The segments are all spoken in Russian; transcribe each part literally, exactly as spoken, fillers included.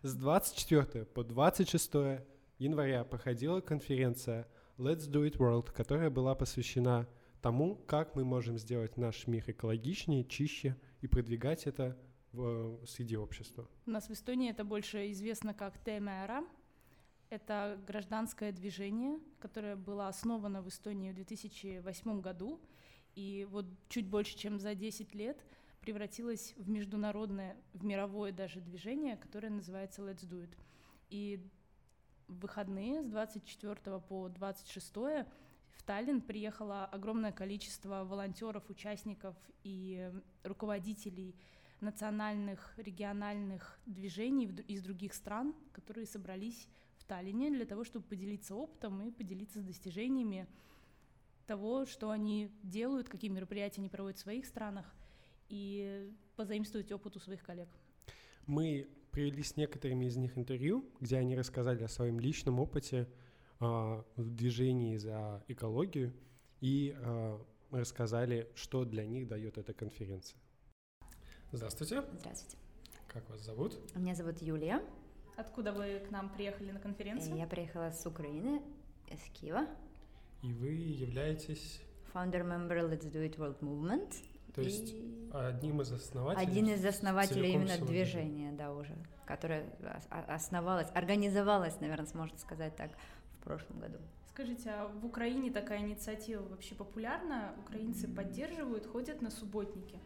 С двадцать четвёртого по двадцать шестое января проходила конференция Let's Do It World, которая была посвящена тому, как мы можем сделать наш мир экологичнее, чище и продвигать это в, среди общества. У нас в Эстонии это больше известно как Tee Määrä. Это гражданское движение, которое было основано в Эстонии в две тысячи восьмом году, и вот чуть больше, чем за десять лет превратилось в международное, в мировое даже движение, которое называется Let's Do It. И в выходные с двадцать четвёртого по двадцать шестое в Таллин приехало огромное количество волонтеров, участников и руководителей национальных, региональных движений из других стран, которые собрались в Таллине для того, чтобы поделиться опытом и поделиться с достижениями того, что они делают, какие мероприятия они проводят в своих странах, и позаимствовать опыт у своих коллег. Мы привели с некоторыми из них интервью, где они рассказали о своем личном опыте э, в движении за экологию и э, рассказали, что для них дает эта конференция. Здравствуйте. Здравствуйте. Как вас зовут? Меня зовут Юлия. Откуда вы к нам приехали на конференцию? Я приехала с Украины, из Киева. И вы являетесь... Founder member Let's Do It World Movement. То есть одним из основателей? Один из основателей именно движения, да, уже, которое основалось, организовалось, наверное, можно сказать так, в прошлом году. Скажите, а в Украине такая инициатива вообще популярна? Украинцы поддерживают, ходят на субботники?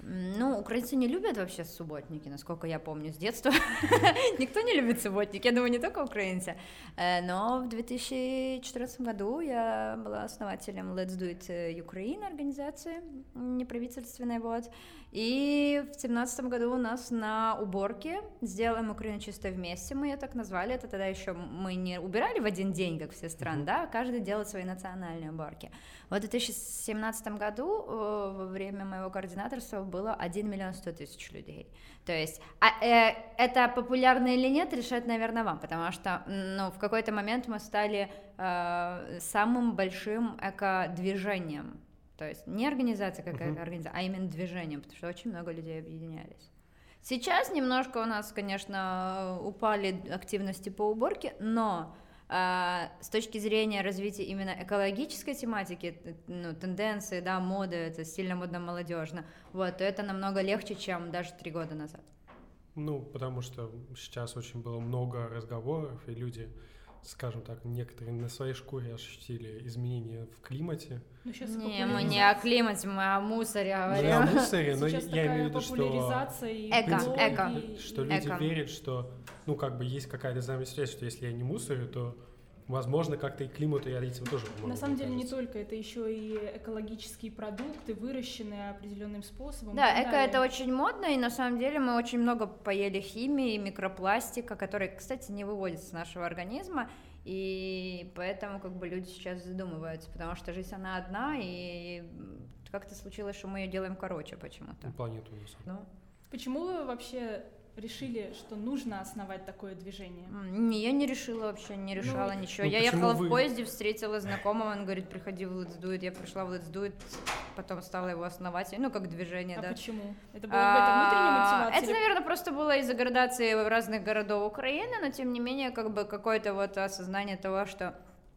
Ну, украинцы не любят вообще субботники, насколько я помню, с детства. Никто не любит субботники, я думаю, не только украинцы. Но в две тысячи четырнадцатом году я была основателем Let's Do It Ukraine организации, неправительственной, вот. И в две тысячи семнадцатом году у нас на уборке «Сделаем Украину чистой вместе», мы ее так назвали, это тогда еще мы не убирали в один день, как все страны, да, каждый делает свои национальные уборки. Вот в две тысячи семнадцатом году во время моего координаторства было один миллион сто тысяч людей. То есть а, э, это популярно или нет, решать, наверное, вам, потому что ну, в какой-то момент мы стали э, самым большим эко-движением. То есть не организация какая-то uh-huh. организация, а именно движением, потому что очень много людей объединялись. Сейчас немножко у нас, конечно, упали активности по уборке, но э, с точки зрения развития именно экологической тематики, ну, тенденции, да, моды, это стильно, модно, молодежно, вот, то это намного легче, чем даже три года назад. Ну, потому что сейчас очень было много разговоров, и люди, скажем так, некоторые на своей шкуре ощутили изменения в климате. Ну, не, мы не о климате, мы о мусоре говорим. Ну, о мусоре, но я имею в виду, что... Эко, эко. Что люди эко. верят, что, ну, как бы есть какая-то взаимосвязь, что если я не мусорю, то, возможно, как-то и климату, и родителям тоже помогут. На самом деле не только, это еще и экологические продукты, выращенные определенным способом. Да, эко это очень модно, и на самом деле мы очень много поели химии, микропластика, который, кстати, не выводится с нашего организма, и поэтому как бы люди сейчас задумываются, потому что жизнь она одна, и как-то случилось, что мы ее делаем короче почему-то. Планету у нас. Ну. Почему вы вообще решили, что нужно основать такое движение? Не, я не решила вообще, не решала ну, ничего. Ну, я ехала вы... в поезде, встретила знакомого, он говорит, приходи в Let's Do It. Я пришла в Let's Do It, потом стала его основателем, ну, как движение, а да. А почему? Это была какая-то внутренняя мотивация? Это, наверное, просто было из-за градации разных городов Украины, но, тем не менее, как бы какое-то вот осознание того, что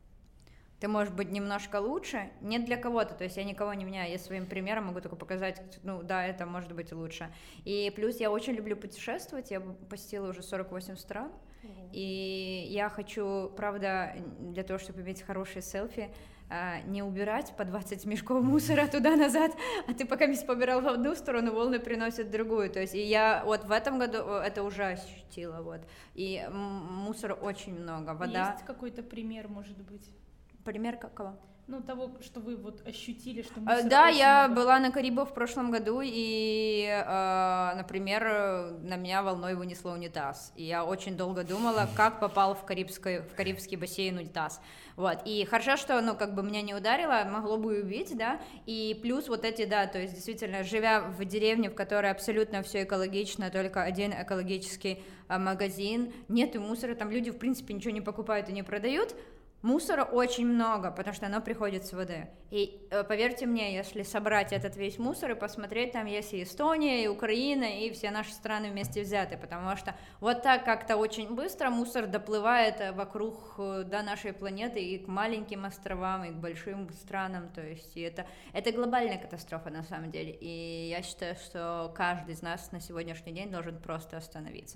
ты можешь быть немножко лучше, не для кого-то, то есть я никого не меняю, я своим примером могу только показать, ну да, это может быть лучше. И плюс я очень люблю путешествовать, я посетила уже сорок восемь стран, mm-hmm. и я хочу, правда, для того, чтобы иметь хорошие селфи, не убирать по двадцать мешков мусора туда-назад, а ты пока не побирал в одну сторону, волны приносят в другую, то есть и я вот в этом году это уже ощутила, вот, и мусора очень много, вода. Есть какой-то пример, может быть? Пример какого? Ну, того, что вы вот ощутили, что мусора Да, очень я много. была на Карибах в прошлом году, и, э, например, на меня волной вынесло унитаз. И я очень долго думала, как попал в, карибской, в карибский бассейн унитаз. Вот. И хорошо, что, ну, как бы меня не ударило, могло бы убить, да, и плюс вот эти, да, то есть действительно, живя в деревне, в которой абсолютно все экологично, только один экологический э, магазин, нету мусора, там люди, в принципе, ничего не покупают и не продают, Мусора очень много, потому что оно приходит с воды. И э, поверьте мне, если собрать этот весь мусор и посмотреть, там есть и Эстония, и Украина, и все наши страны вместе взяты, потому что вот так как-то очень быстро мусор доплывает вокруг да, нашей планеты и к маленьким островам, и к большим странам, то есть и это, это глобальная катастрофа на самом деле. И я считаю, что каждый из нас на сегодняшний день должен просто остановиться.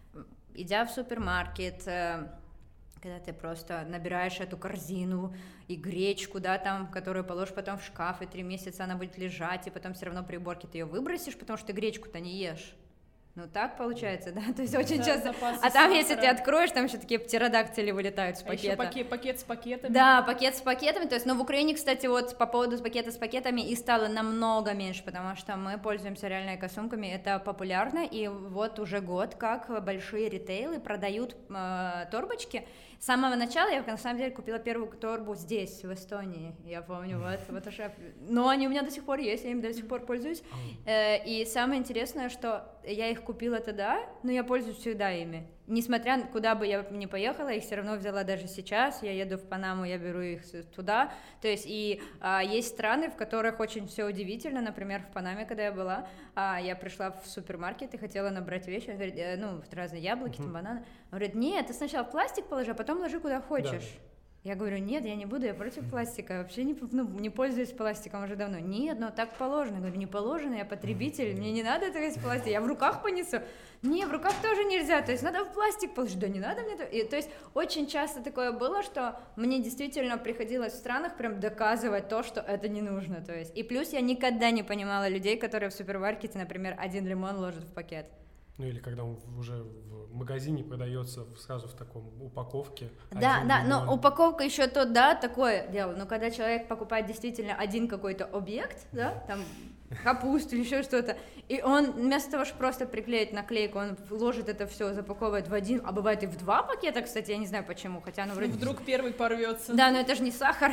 Идя в супермаркет, когда ты просто набираешь эту корзину и гречку, да, там, которую положишь потом в шкаф, и три месяца она будет лежать, и потом все равно при уборке ты ее выбросишь, потому что ты гречку-то не ешь. Ну, так получается, да, то есть очень да, часто, а там, если ты откроешь, там еще такие птеродактили вылетают с пакета. А еще пакет, пакет с пакетами. Да, пакет с пакетами, то есть, ну, в Украине, кстати, вот по поводу пакета с пакетами и стало намного меньше, потому что мы пользуемся реально эко-сумками, это популярно, и вот уже год, как большие ритейлы продают э, торбочки. С самого начала я, на самом деле, купила первую торбу здесь, в Эстонии, я помню, вот, вот уже, но они у меня до сих пор есть, я им до сих пор пользуюсь, э, и самое интересное, что я их купила тогда, но я пользуюсь всегда ими, несмотря куда бы я ни поехала, их все равно взяла даже сейчас, я еду в Панаму, я беру их туда, то есть и а, есть страны, в которых очень все удивительно, например, в Панаме, когда я была, а, я пришла в супермаркет и хотела набрать вещи, он говорит, э, ну, разные яблоки, uh-huh. там, бананы, он говорит, нет, ты сначала в пластик положи, а потом ложи куда хочешь. Да. Я говорю, нет, я не буду, я против пластика, я вообще не, ну, не пользуюсь пластиком уже давно. Нет, но так положено. Я говорю, не положено, я потребитель, мне не надо это весь пластик, я в руках понесу. Не, в руках тоже нельзя, то есть надо в пластик положить, да не надо мне. И, то есть очень часто такое было, что мне действительно приходилось в странах прям доказывать то, что это не нужно. То есть. И плюс я никогда не понимала людей, которые в супермаркете, например, один лимон ложат в пакет. Ну или когда он уже в магазине продается сразу в таком упаковке. Да, да, лимон. Но упаковка еще то, да, такое дело. Но когда человек покупает действительно один какой-то объект, да, там капусту или еще что-то, и он вместо того, чтобы просто приклеить наклейку, он ложит это все, запаковывает в один, а бывает и в два пакета, кстати, я не знаю почему, хотя оно вроде... Вдруг первый порвется. Да, но это же не сахар.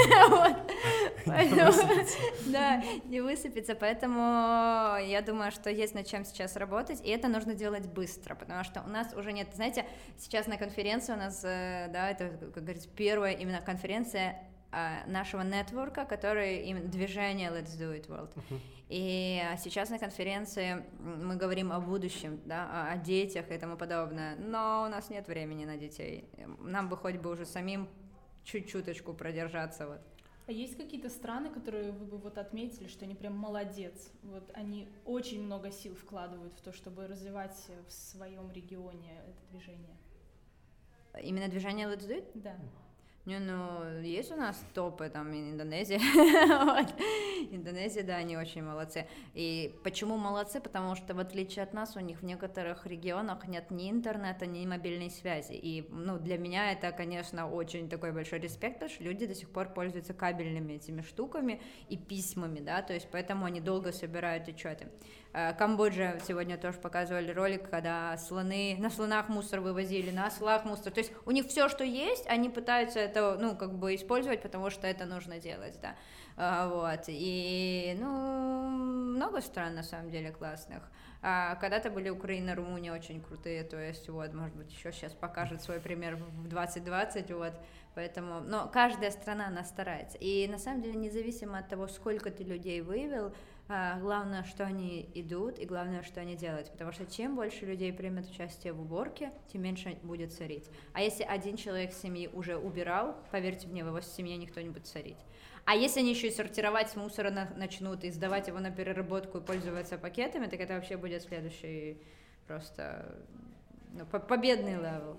Да, не высыпется, поэтому я думаю, что есть над чем сейчас работать, и это нужно делать быстро, потому что у нас уже нет, знаете, сейчас на конференции у нас, да, это, как говорится, первая именно конференция нашего нетворка, который именно движение Let's Do It World. Uh-huh. И сейчас на конференции мы говорим о будущем, да, о детях и тому подобное, но у нас нет времени на детей. Нам бы хоть бы уже самим чуть-чуточку продержаться. Вот. А есть какие-то страны, которые вы бы вот отметили, что они прям молодец? Вот они очень много сил вкладывают в то, чтобы развивать в своем регионе это движение. Именно движение Let's Do It? Да. Не, ну, есть у нас топы, там, Индонезия, вот. Индонезия, да, они очень молодцы. И почему молодцы? Потому что, в отличие от нас, у них в некоторых регионах нет ни интернета, ни мобильной связи. И, ну, для меня это, конечно, очень такой большой респект, потому что люди до сих пор пользуются кабельными этими штуками и письмами, да, то есть поэтому они долго собирают отчеты. Камбоджа сегодня тоже показывали ролик, когда слоны, на слонах мусор вывозили, на ослах мусор, то есть у них все, что есть, они пытаются это, ну, как бы использовать, потому что это нужно делать, да, а, вот, и, ну, много стран, на самом деле, классных. А, когда-то были Украина, Румыния очень крутые, то есть, вот, может быть, еще сейчас покажет свой пример в двадцать двадцать, вот, поэтому, но каждая страна, она старается, и, на самом деле, независимо от того, сколько ты людей вывел, а, главное, что они идут, и главное, что они делают, потому что чем больше людей примет участие в уборке, тем меньше будет сорить. А если один человек семьи уже убирал, поверьте мне, в его семье никто не будет сорить. А если они еще и сортировать с мусора на, начнут и сдавать его на переработку и пользоваться пакетами, так это вообще будет следующий просто ну, победный левел.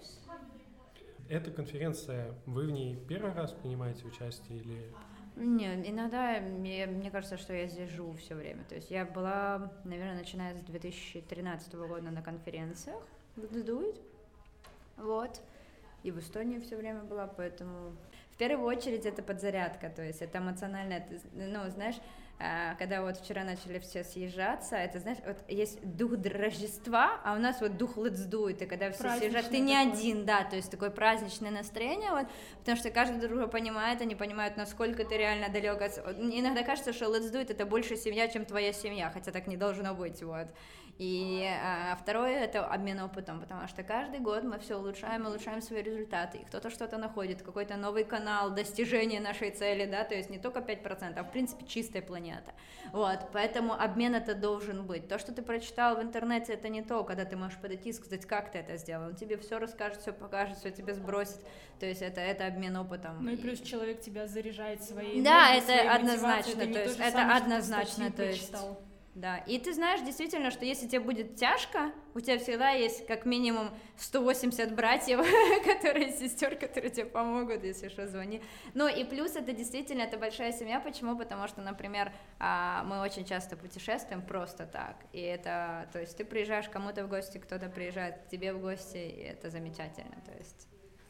Эта конференция, вы в ней первый раз принимаете участие или... Нет, иногда мне, мне кажется, что я здесь живу все время. То есть я была, наверное, начиная с две тысячи тринадцатого года на конференциях Let's Do It. Вот. И в Эстонии все время была, поэтому... В первую очередь это подзарядка, то есть это эмоциональная, ну, знаешь, когда вот вчера начали все съезжаться, это, знаешь, вот есть дух Рождества, а у нас вот дух Let's Do It, и когда все съезжаются, ты не такой. Один, да, то есть такое праздничное настроение, вот, потому что каждый друг друга понимает, они понимают, насколько ты реально далек от... Иногда кажется, что Let's Do It это больше семья, чем твоя семья, хотя так не должно быть, вот. И а, второе — это обмен опытом, потому что каждый год мы все улучшаем, улучшаем свои результаты, и кто-то что-то находит, какой-то новый канал достижения нашей цели, да, то есть не только пять процентов, а в принципе чистая планета. Вот, поэтому обмен это должен быть. То, что ты прочитал в интернете, это не то, когда ты можешь подойти и сказать, как ты это сделал. Он тебе все расскажет, все покажет, все тебе сбросит. То есть это, это обмен опытом. Ну и плюс человек тебя заряжает своей энергией, да, это своей однозначно, мотивацией. то Это, есть не то же это самое, однозначно, что ты то есть. прочитал. Да, и ты знаешь действительно, что если тебе будет тяжко, у тебя всегда есть как минимум сто восемьдесят братьев, которые, сестер, которые тебе помогут, если что, звони. Ну и плюс это действительно, это большая семья, почему? Потому что, например, мы очень часто путешествуем просто так, и это, то есть ты приезжаешь к кому-то в гости, кто-то приезжает к тебе в гости, и это замечательно, то есть.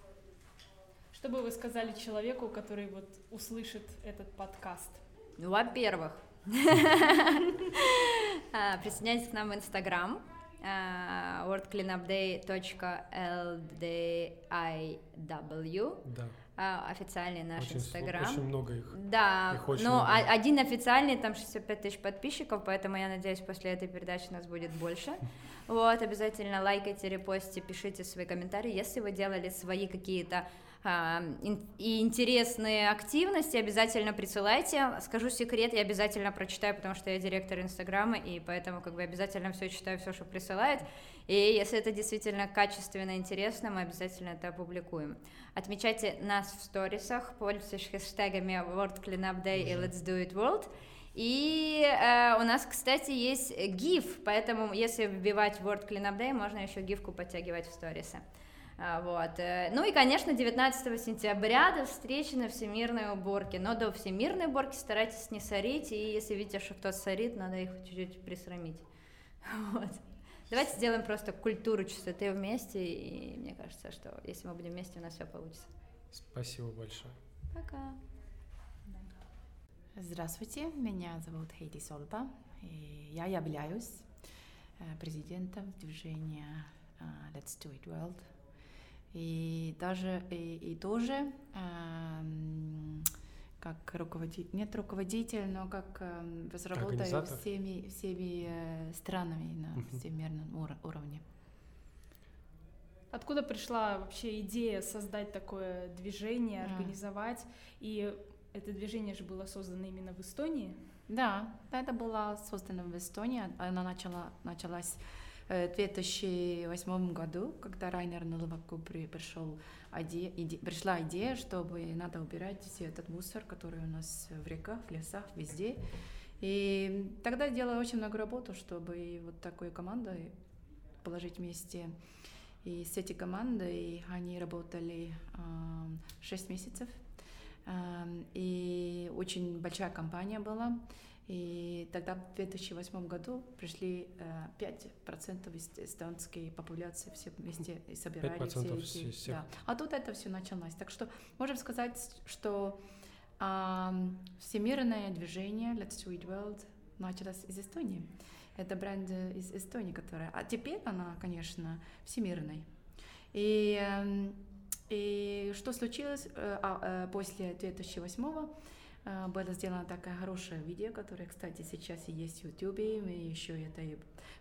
Что бы вы сказали человеку, который вот услышит этот подкаст? Ну, во-первых, присоединяйтесь к нам в Инстаграм world cleanup day точка эл ди ай дабл ю, да. Официальный наш очень, Инстаграм. Очень много их. Да, их очень но много. Один официальный, там шестьдесят пять тысяч подписчиков, поэтому я надеюсь, после этой передачи нас будет больше. Вот, обязательно лайкайте, репостите, пишите свои комментарии, если вы делали свои какие-то и интересные активности, обязательно присылайте. Скажу секрет, я обязательно прочитаю, потому что я директор Инстаграма, и поэтому как бы обязательно все читаю, все, что присылает. И если это действительно качественно интересно, мы обязательно это опубликуем. Отмечайте нас в сторисах, пользуйтесь хэштегами World Cleanup Day и Let's Do It World. И э, у нас, кстати, есть гиф, поэтому если вбивать World Cleanup Day, можно еще гифку подтягивать в сторисы. Вот. Ну и, конечно, девятнадцатого сентября до встречи на всемирной уборке. Но до всемирной уборки старайтесь не сорить, и если видите, что кто-то сорит, надо их чуть-чуть присрамить. Вот. Давайте сделаем просто культуру чистоты вместе, и мне кажется, что если мы будем вместе, у нас все получится. Спасибо большое. Пока. Здравствуйте, меня зовут Хейди Солба, и я являюсь президентом движения Let's Do It World. И даже и, и тоже э, как руководитель, нет руководитель, но как э, разработаю всеми, всеми э, странами на uh-huh. всемирном ур- уровне. Откуда пришла вообще идея создать такое движение, организовать? Yeah. И это движение же было создано именно в Эстонии? Да, это было создано в Эстонии. Она начала, началась в две тысячи восьмом году, когда Райнер Налваку при, пришел, иде, иде, пришла идея, чтобы надо убирать все этот мусор, который у нас в реках, в лесах, везде. И тогда делала очень много работы, чтобы вот такую команду положить вместе. И с этой командой они работали шесть месяцев. Э, и очень большая компания была. И тогда в две тысячи восьмом году пришли э, пять процентов эстонской популяции все вместе и собирали все эти... Всех. Да. А тут это все началось. Так что можем сказать, что э, всемирное движение Let's Do It World началось из Эстонии. Это бренд из Эстонии, которая... А теперь она, конечно, всемирной. И, э, и что случилось э, э, после две тысячи восьмого? Было сделано такое хорошее видео, которое, кстати, сейчас и есть в YouTube, и еще это и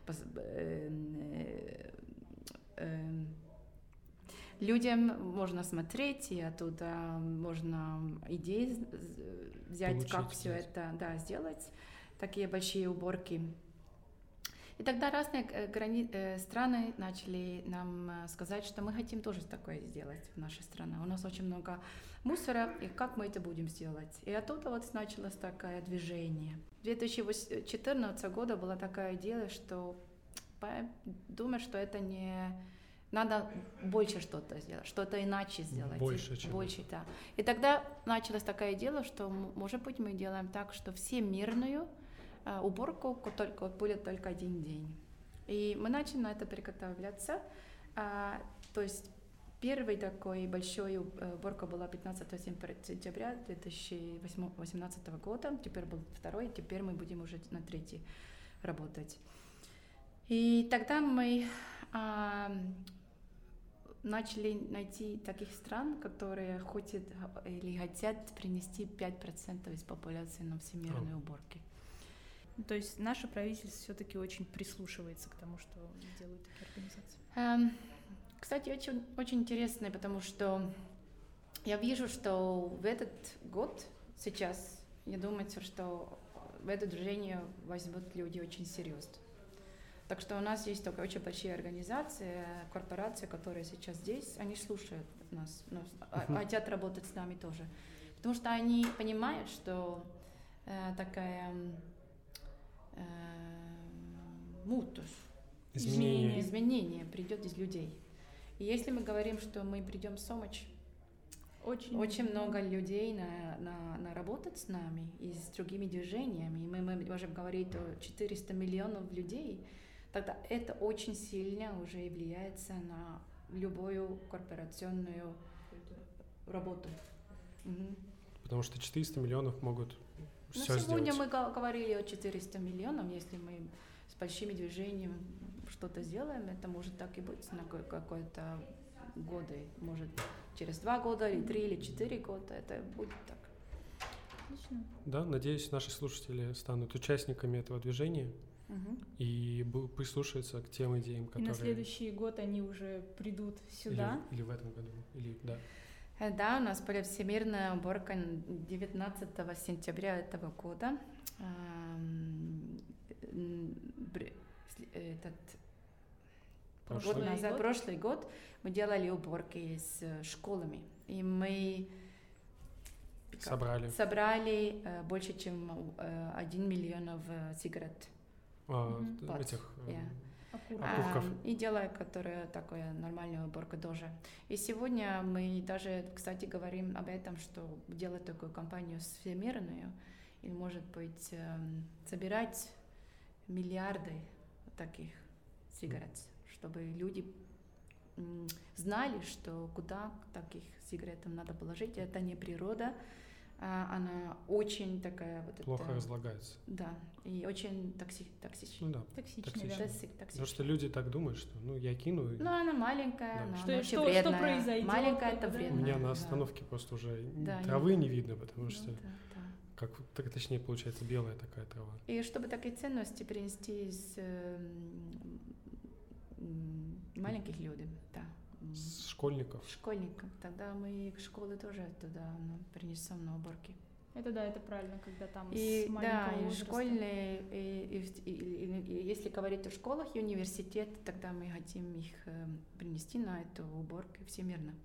людям можно смотреть, и оттуда можно идеи взять, получить, как все это да, сделать, такие большие уборки. И тогда разные грани... страны начали нам сказать, что мы хотим тоже такое сделать в нашей стране. У нас очень много мусора, и как мы это будем сделать? И оттуда вот началось такое движение. В две тысячи четырнадцатом году была такая идея, что думаю, что это не... Надо больше что-то сделать, что-то иначе сделать. Больше, чем больше, да. И тогда началась такая идея, что, может быть, мы делаем так, что всемирную уборку только, будет только один день. И мы начали на это приготовляться. А, то есть первый такой большой уборка была пятнадцатого сентября две тысячи восемнадцатого года. Теперь был второй, теперь мы будем уже на третий работать. И тогда мы а, начали найти таких стран, которые хотят или хотят принести пять процентов из популяции на всемирные уборки. То есть наше правительство все-таки очень прислушивается к тому, что делают такие организации. Эм, кстати, очень, очень интересно, потому что я вижу, что в этот год сейчас, я думаю, что в это движение возьмут люди очень серьезно. Так что у нас есть только очень большие организации, корпорации, которые сейчас здесь, они слушают нас, ну, uh-huh. хотят работать с нами тоже. Потому что они понимают, что э, такая э, мутус, изменение. изменение придет из людей. И если мы говорим, что мы придем в помощь, очень, очень много людей на, на, на работать с нами и с другими движениями, мы, мы можем говорить о четырёхстах миллионов людей, тогда это очень сильно уже влияется на любую корпорационную работу. Угу. Потому что четыреста миллионов могут все сделать. Сегодня мы говорили о четырёхстах миллионах, если мы с большими движениями что-то сделаем, это может так и быть на какой-то годы, может через два года или три или четыре года, это будет так. Отлично. Да, надеюсь, наши слушатели станут участниками этого движения. Угу. И прислушаются к тем идеям, которые... И на следующий год они уже придут сюда. Или, или в этом году, или да. Да, у нас была всемирная уборка девятнадцатого сентября этого года. Этот прошлый год назад, год? прошлый год мы делали уборки с школами, и мы собрали, собрали больше, чем один миллион сигарет. А, mm-hmm. этих yeah. окурков. А, и делаю, которая такая нормальная уборка тоже. И сегодня мы даже, кстати, говорим об этом, что делать такую кампанию всемирную, и, может быть, собирать миллиарды таких сигарет, mm-hmm. чтобы люди знали, что куда таких сигаретам надо положить. Это не природа, она очень такая вот плохо это, разлагается. Да, и очень токси, токсичная. Ну да, токсичная. токсичная. Да. Токсичная. Потому что люди так думают, что ну я кину. Ну она маленькая, да. но что, она очень что, вредная. Что произойдет? Маленькая это вредно. У меня на да. остановке просто уже да, травы не, не видно, потому ну, что да, да. как так, точнее получается белая такая трава. И чтобы такие ценности перенести из э, маленьких людей, да. С школьников. Школьников. Тогда мы в школы тоже туда ну, принесем на уборки. Это да, это правильно, когда там и, с маленького да, возраста. И школьные, и, и, и, и, и если говорить о школах и университете, тогда мы хотим их э, принести на эту уборку всемирно.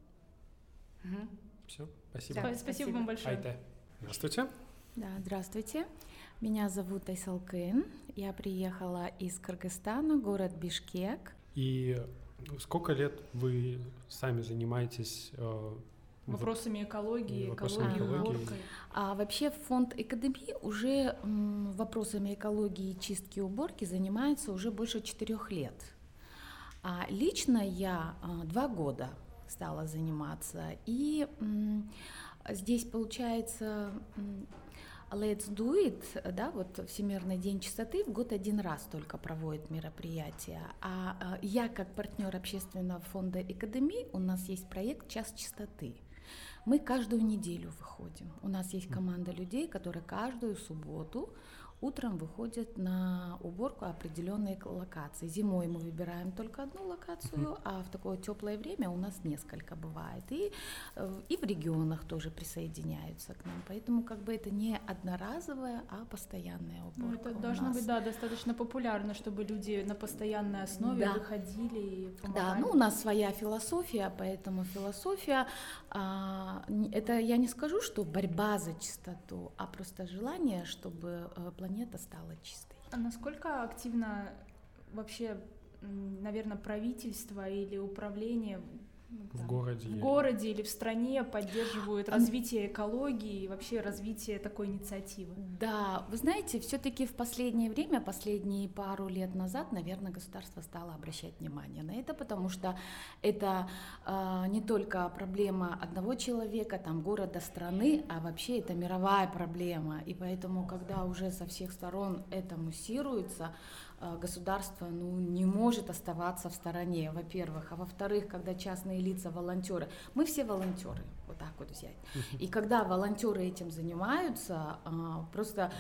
Угу. Все, спасибо. Да, спасибо. Спасибо вам большое. Айте. Здравствуйте. Да, здравствуйте. Меня зовут Айсал Кын. Я приехала из Кыргызстана, город Бишкек. И сколько лет вы сами занимаетесь э, вопросами экологии, вопросами экологии, экологии. уборкой? А вообще фонд Экодеми уже м, вопросами экологии, чистки и уборки занимается уже больше четырех лет. А лично я а, два года стала заниматься. И м, здесь получается... М, Let's Do It, да, вот Всемирный день чистоты в год один раз только проводит мероприятие. А, а я, как партнер общественного фонда Экодеми, у нас есть проект «Час чистоты». Мы каждую неделю выходим. У нас есть команда людей, которые каждую субботу утром выходят на уборку определенной локации. Зимой мы выбираем только одну локацию, uh-huh. а в такое теплое время у нас несколько бывает. И, и в регионах тоже присоединяются к нам. Поэтому как бы это не одноразовая, а постоянная уборка. Ну, это должно нас. быть, да, достаточно популярно, чтобы люди на постоянной основе да. выходили и помогали. Да, ну у нас своя философия, поэтому философия, а, это я не скажу, что борьба за чистоту, а просто желание, чтобы планета стала чистой. А насколько активно вообще, наверное, правительство или управление в там, городе, в городе или в стране поддерживают развитие экологии и вообще развитие такой инициативы? Да, вы знаете, все-таки в последнее время, последние пару лет назад, наверное, государство стало обращать внимание на это, потому что это э, не только проблема одного человека, там, города, страны, а вообще это мировая проблема. И поэтому, когда уже со всех сторон это муссируется, государство ну, не может оставаться в стороне, во-первых, а во-вторых, когда частные лица, волонтеры, мы все волонтеры, вот так вот взять, и когда волонтеры этим занимаются, просто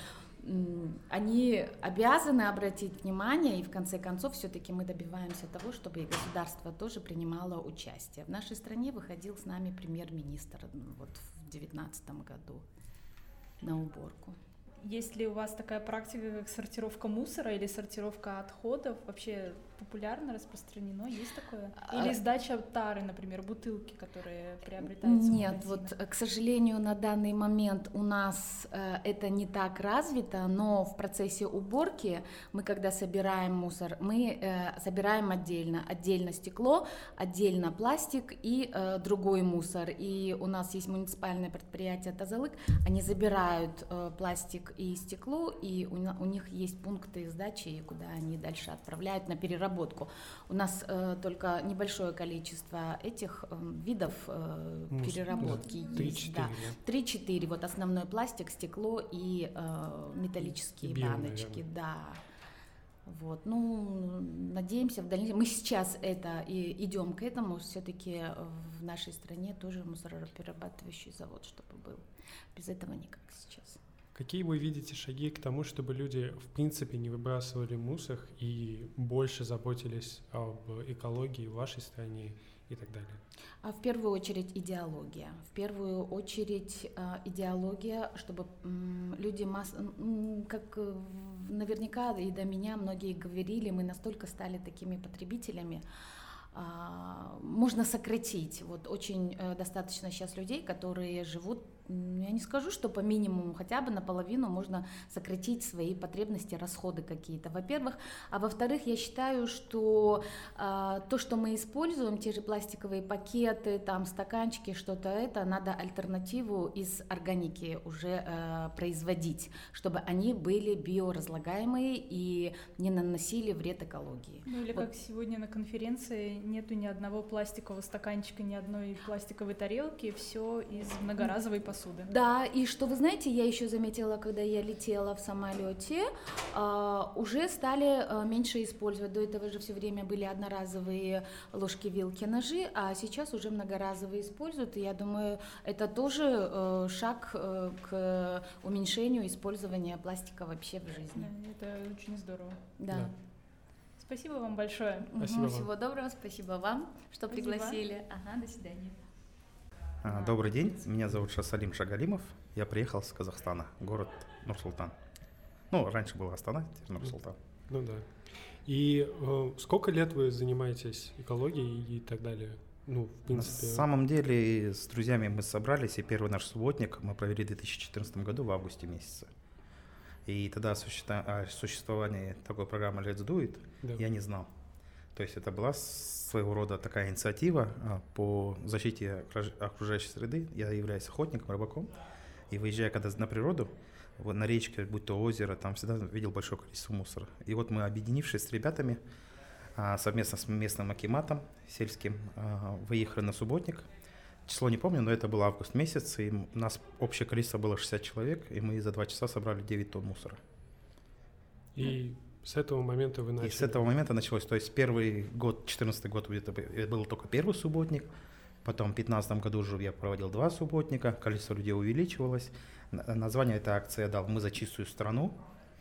они обязаны обратить внимание, и в конце концов все-таки мы добиваемся того, чтобы и государство тоже принимало участие. В нашей стране выходил с нами премьер-министр вот в две тысячи девятнадцатом году на уборку. Есть ли у вас такая практика, как сортировка мусора или сортировка отходов? Вообще популярно, распространено? Есть такое? Или сдача тары, например, бутылки, которые приобретаются? Нет, вот, к сожалению, на данный момент у нас э, это не так развито, но в процессе уборки мы, когда собираем мусор, мы э, собираем отдельно. Отдельно стекло, отдельно пластик и э, другой мусор. И у нас есть муниципальное предприятие «Тазалык», они забирают э, пластик и стекло, и у, у них есть пункты сдачи, куда они дальше отправляют на переработку. У нас э, только небольшое количество этих э, видов э, Мус, переработки да. есть. три-четыре. Да. Вот основной пластик, стекло и э, металлические Био, баночки. Наверное. Да. Вот. Ну, надеемся в дальнейшем. Мы сейчас это и идем к этому. Все-таки в нашей стране тоже мусороперерабатывающий завод, чтобы был. Без этого никак сейчас. Какие вы видите шаги к тому, чтобы люди в принципе не выбрасывали мусор и больше заботились об экологии в вашей стране и так далее? В первую очередь идеология. В первую очередь идеология, чтобы люди, масс... как наверняка и до меня многие говорили, мы настолько стали такими потребителями, можно сократить. Вот очень э, достаточно сейчас людей, которые живут, я не скажу, что по минимуму, хотя бы наполовину можно сократить свои потребности, расходы какие-то, во-первых. А во-вторых, я считаю, что э, то, что мы используем, те же пластиковые пакеты, там стаканчики, что-то это, надо альтернативу из органики уже э, производить, чтобы они были биоразлагаемые и не наносили вред экологии. Ну или вот. Как сегодня на конференции нету ни одного пластикового стаканчика, ни одной пластиковой тарелки, все из многоразовой посуды. Да, и что вы знаете, я еще заметила, когда я летела в самолете, э, уже стали э, меньше использовать. До этого же все время были одноразовые ложки, вилки, ножи, а сейчас уже многоразовые используют. И я думаю, это тоже э, шаг э, к уменьшению использования пластика вообще в жизни. Да, это очень здорово. Да. да. Спасибо вам большое. Спасибо угу, вам. Всего доброго, спасибо вам, что спасибо. пригласили. Ага, до свидания. Добрый день, меня зовут Шасалим Шагалимов, я приехал с Казахстана, город Нур-Султан. Ну, раньше была Астана, теперь Нур-Султан. Ну да. И э, сколько лет вы занимаетесь экологией и так далее? Ну, в принципе... На самом деле, с друзьями мы собрались, и первый наш субботник мы провели в две тысячи четырнадцатом году в августе месяце. И тогда о существовании такой программы Let's Do It да. я не знал. То есть это была своего рода такая инициатива по защите окружающей среды. Я являюсь охотником, рыбаком. И выезжая когда на природу, на речке, будь то озеро, там всегда видел большое количество мусора. И вот мы, объединившись с ребятами, совместно с местным акиматом сельским, выехали на субботник. Число не помню, но это был август месяц, и у нас общее количество было шестьдесят человек, и мы за два часа собрали девять тонн мусора. И с этого момента вы начали? И с этого момента началось. То есть первый год, четырнадцатый год, это был только первый субботник, потом в пятнадцатом году уже я проводил два субботника, количество людей увеличивалось. Название этой акции я дал «Мы за чистую страну».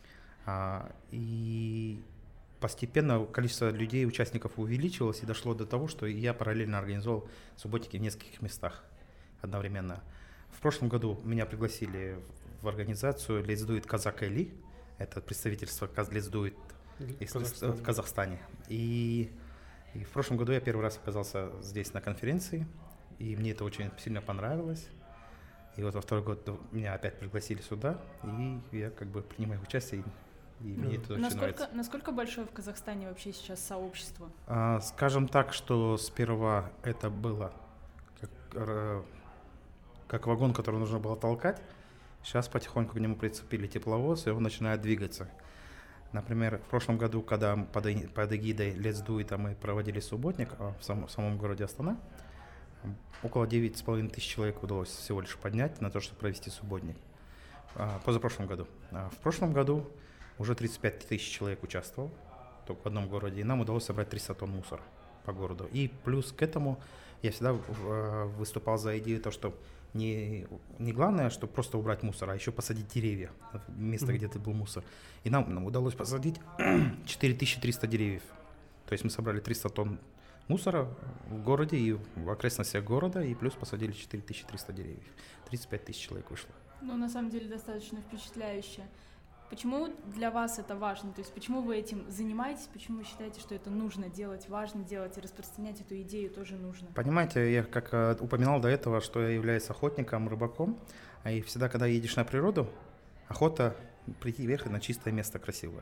И постепенно количество людей, участников увеличивалось и дошло до того, что я параллельно организовал субботники в нескольких местах одновременно. В прошлом году меня пригласили в организацию Let's Do It Казак Эли. Это представительство Let's Do It в Казахстане. И, и в прошлом году я первый раз оказался здесь на конференции, и мне это очень сильно понравилось. И вот во второй год меня опять пригласили сюда, и я как бы принимаю участие. И мне это очень насколько, нравится. Насколько большое в Казахстане вообще сейчас сообщество? А, скажем так, что сперва это было как, как вагон, который нужно было толкать. Сейчас потихоньку к нему прицепили тепловоз, и он начинает двигаться. Например, в прошлом году, когда под, под эгидой Let's Do It мы проводили субботник в, сам, в самом городе Астана, около девять с половиной тысяч человек удалось всего лишь поднять на то, чтобы провести субботник. А, позапрошлом году. А в прошлом году уже тридцать пять тысяч человек участвовал только в одном городе, и нам удалось собрать триста тонн мусора по городу. И плюс к этому я всегда выступал за идею, то, что не, не главное, что просто убрать мусор, а еще посадить деревья в место, mm-hmm. где ты был мусор. И нам, нам удалось посадить четыре тысячи триста деревьев. То есть мы собрали триста тонн мусора в городе и в окрестностях города, и плюс посадили четыре тысячи триста деревьев. тридцать пять тысяч человек вышло. Ну, на самом деле, достаточно впечатляюще. Почему для вас это важно? То есть почему вы этим занимаетесь? Почему вы считаете, что это нужно делать, важно делать и распространять эту идею тоже нужно? Понимаете, я как э, упоминал до этого, что я являюсь охотником, рыбаком, и всегда, когда едешь на природу, охота прийти ехать на чистое место красивое.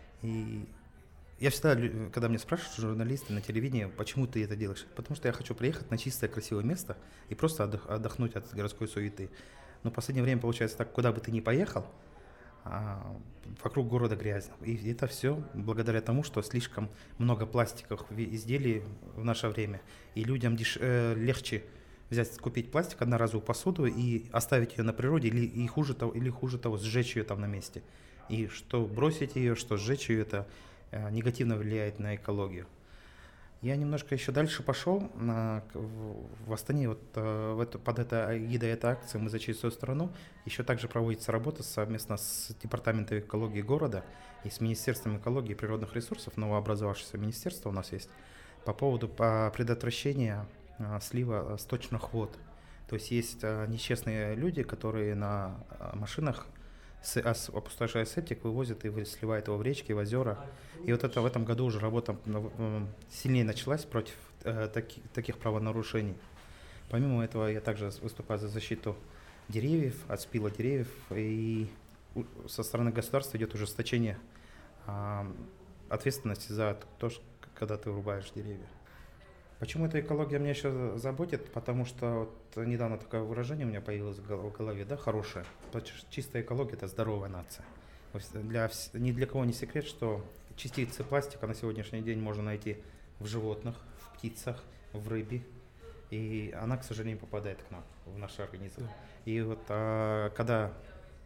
И я всегда, когда меня спрашивают журналисты на телевидении, почему ты это делаешь? Потому что я хочу приехать на чистое красивое место и просто отдох- отдохнуть от городской суеты. Но в последнее время получается так, куда бы ты ни поехал, а вокруг города грязь. И это все благодаря тому, что слишком много пластиковых изделий в наше время. И людям деш... э, легче взять, купить пластик, одноразовую посуду и оставить ее на природе, или, и хуже того, или хуже того, сжечь ее там на месте. И что бросить ее, что сжечь ее, это э, негативно влияет на экологию. Я немножко еще дальше пошел. На, в, в Астане вот, э, в это, под это, эгидой этой акции «Мы за чистую страну» еще также проводится работа совместно с Департаментом экологии города и с Министерством экологии и природных ресурсов, новообразовавшееся министерство у нас есть, по поводу по предотвращения э, слива сточных вод. То есть есть э, нечестные люди, которые на э, машинах с, ос, опустошая септик, вывозят и сливают его в речки, в озера. И вот это в этом году уже работа э, сильнее началась против э, таки, таких правонарушений. Помимо этого, я также выступаю за защиту деревьев, от спила деревьев. И со стороны государства идет ужесточение э, ответственности за то, что, когда ты вырубаешь деревья. Почему эта экология меня еще заботит? Потому что вот недавно такое выражение у меня появилось в голове, да, хорошее. Чистая экология – это здоровая нация. Для, ни для кого не секрет, что частицы пластика на сегодняшний день можно найти в животных, в птицах, в рыбе. И она, к сожалению, попадает к нам, в наш организм. И вот а, когда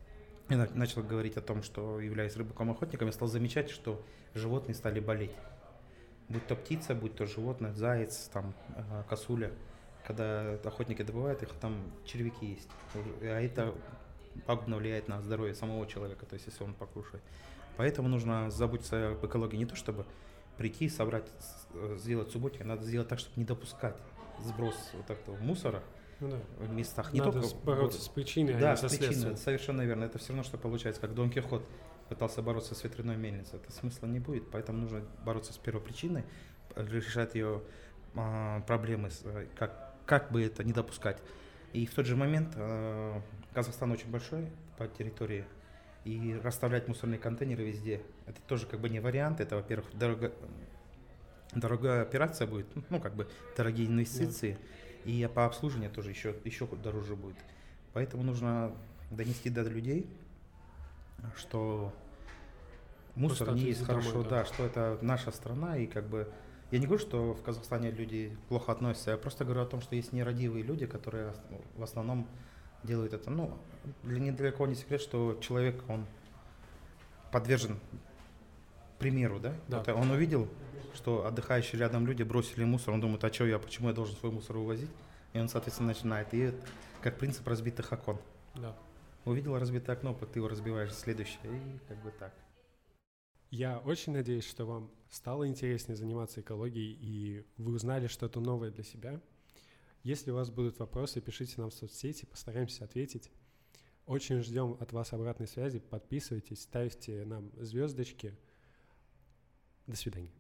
я начал говорить о том, что являюсь рыбаком-охотником, я стал замечать, что животные стали болеть. Будь то птица, будь то животное, заяц, там, косуля. Когда охотники добывают их, там червяки есть. А это пагубно влияет на здоровье самого человека, то есть если он покушает. Поэтому нужно заботиться об экологии не то, чтобы прийти, собрать, сделать субботник, надо сделать так, чтобы не допускать сброс вот этого мусора ну, да. в местах. Не надо только бороться с причиной, да, а не со следствием. Совершенно верно. Это все равно, что получается, как Дон Кихот пытался бороться с ветряной мельницей. Это смысла не будет, поэтому нужно бороться с первопричиной, решать ее а, проблемы, как, как бы это не допускать. И в тот же момент а, Казахстан очень большой по территории, и расставлять мусорные контейнеры везде, это тоже как бы не вариант. Это, во-первых, дорого, дорогая операция будет, ну как бы дорогие инвестиции, да. И по обслуживанию тоже еще, еще дороже будет. Поэтому нужно донести до людей, что мусор не есть хорошо, домой, да. да, что это наша страна, и как бы я не говорю, что в Казахстане люди плохо относятся, я просто говорю о том, что есть нерадивые люди, которые в основном делают это. Ну, для ни для кого не секрет, что человек, он подвержен примеру, да? да. Это он увидел, что отдыхающие рядом люди бросили мусор, он думает, а что я, почему я должен свой мусор увозить? И он, соответственно, начинает. И это как принцип разбитых окон. Да. Увидел разбитое окно, ты его разбиваешь в следующее, и как бы так. Я очень надеюсь, что вам стало интереснее заниматься экологией, и вы узнали что-то новое для себя. Если у вас будут вопросы, пишите нам в соцсети, постараемся ответить. Очень ждем от вас обратной связи. Подписывайтесь, ставьте нам звездочки. До свидания.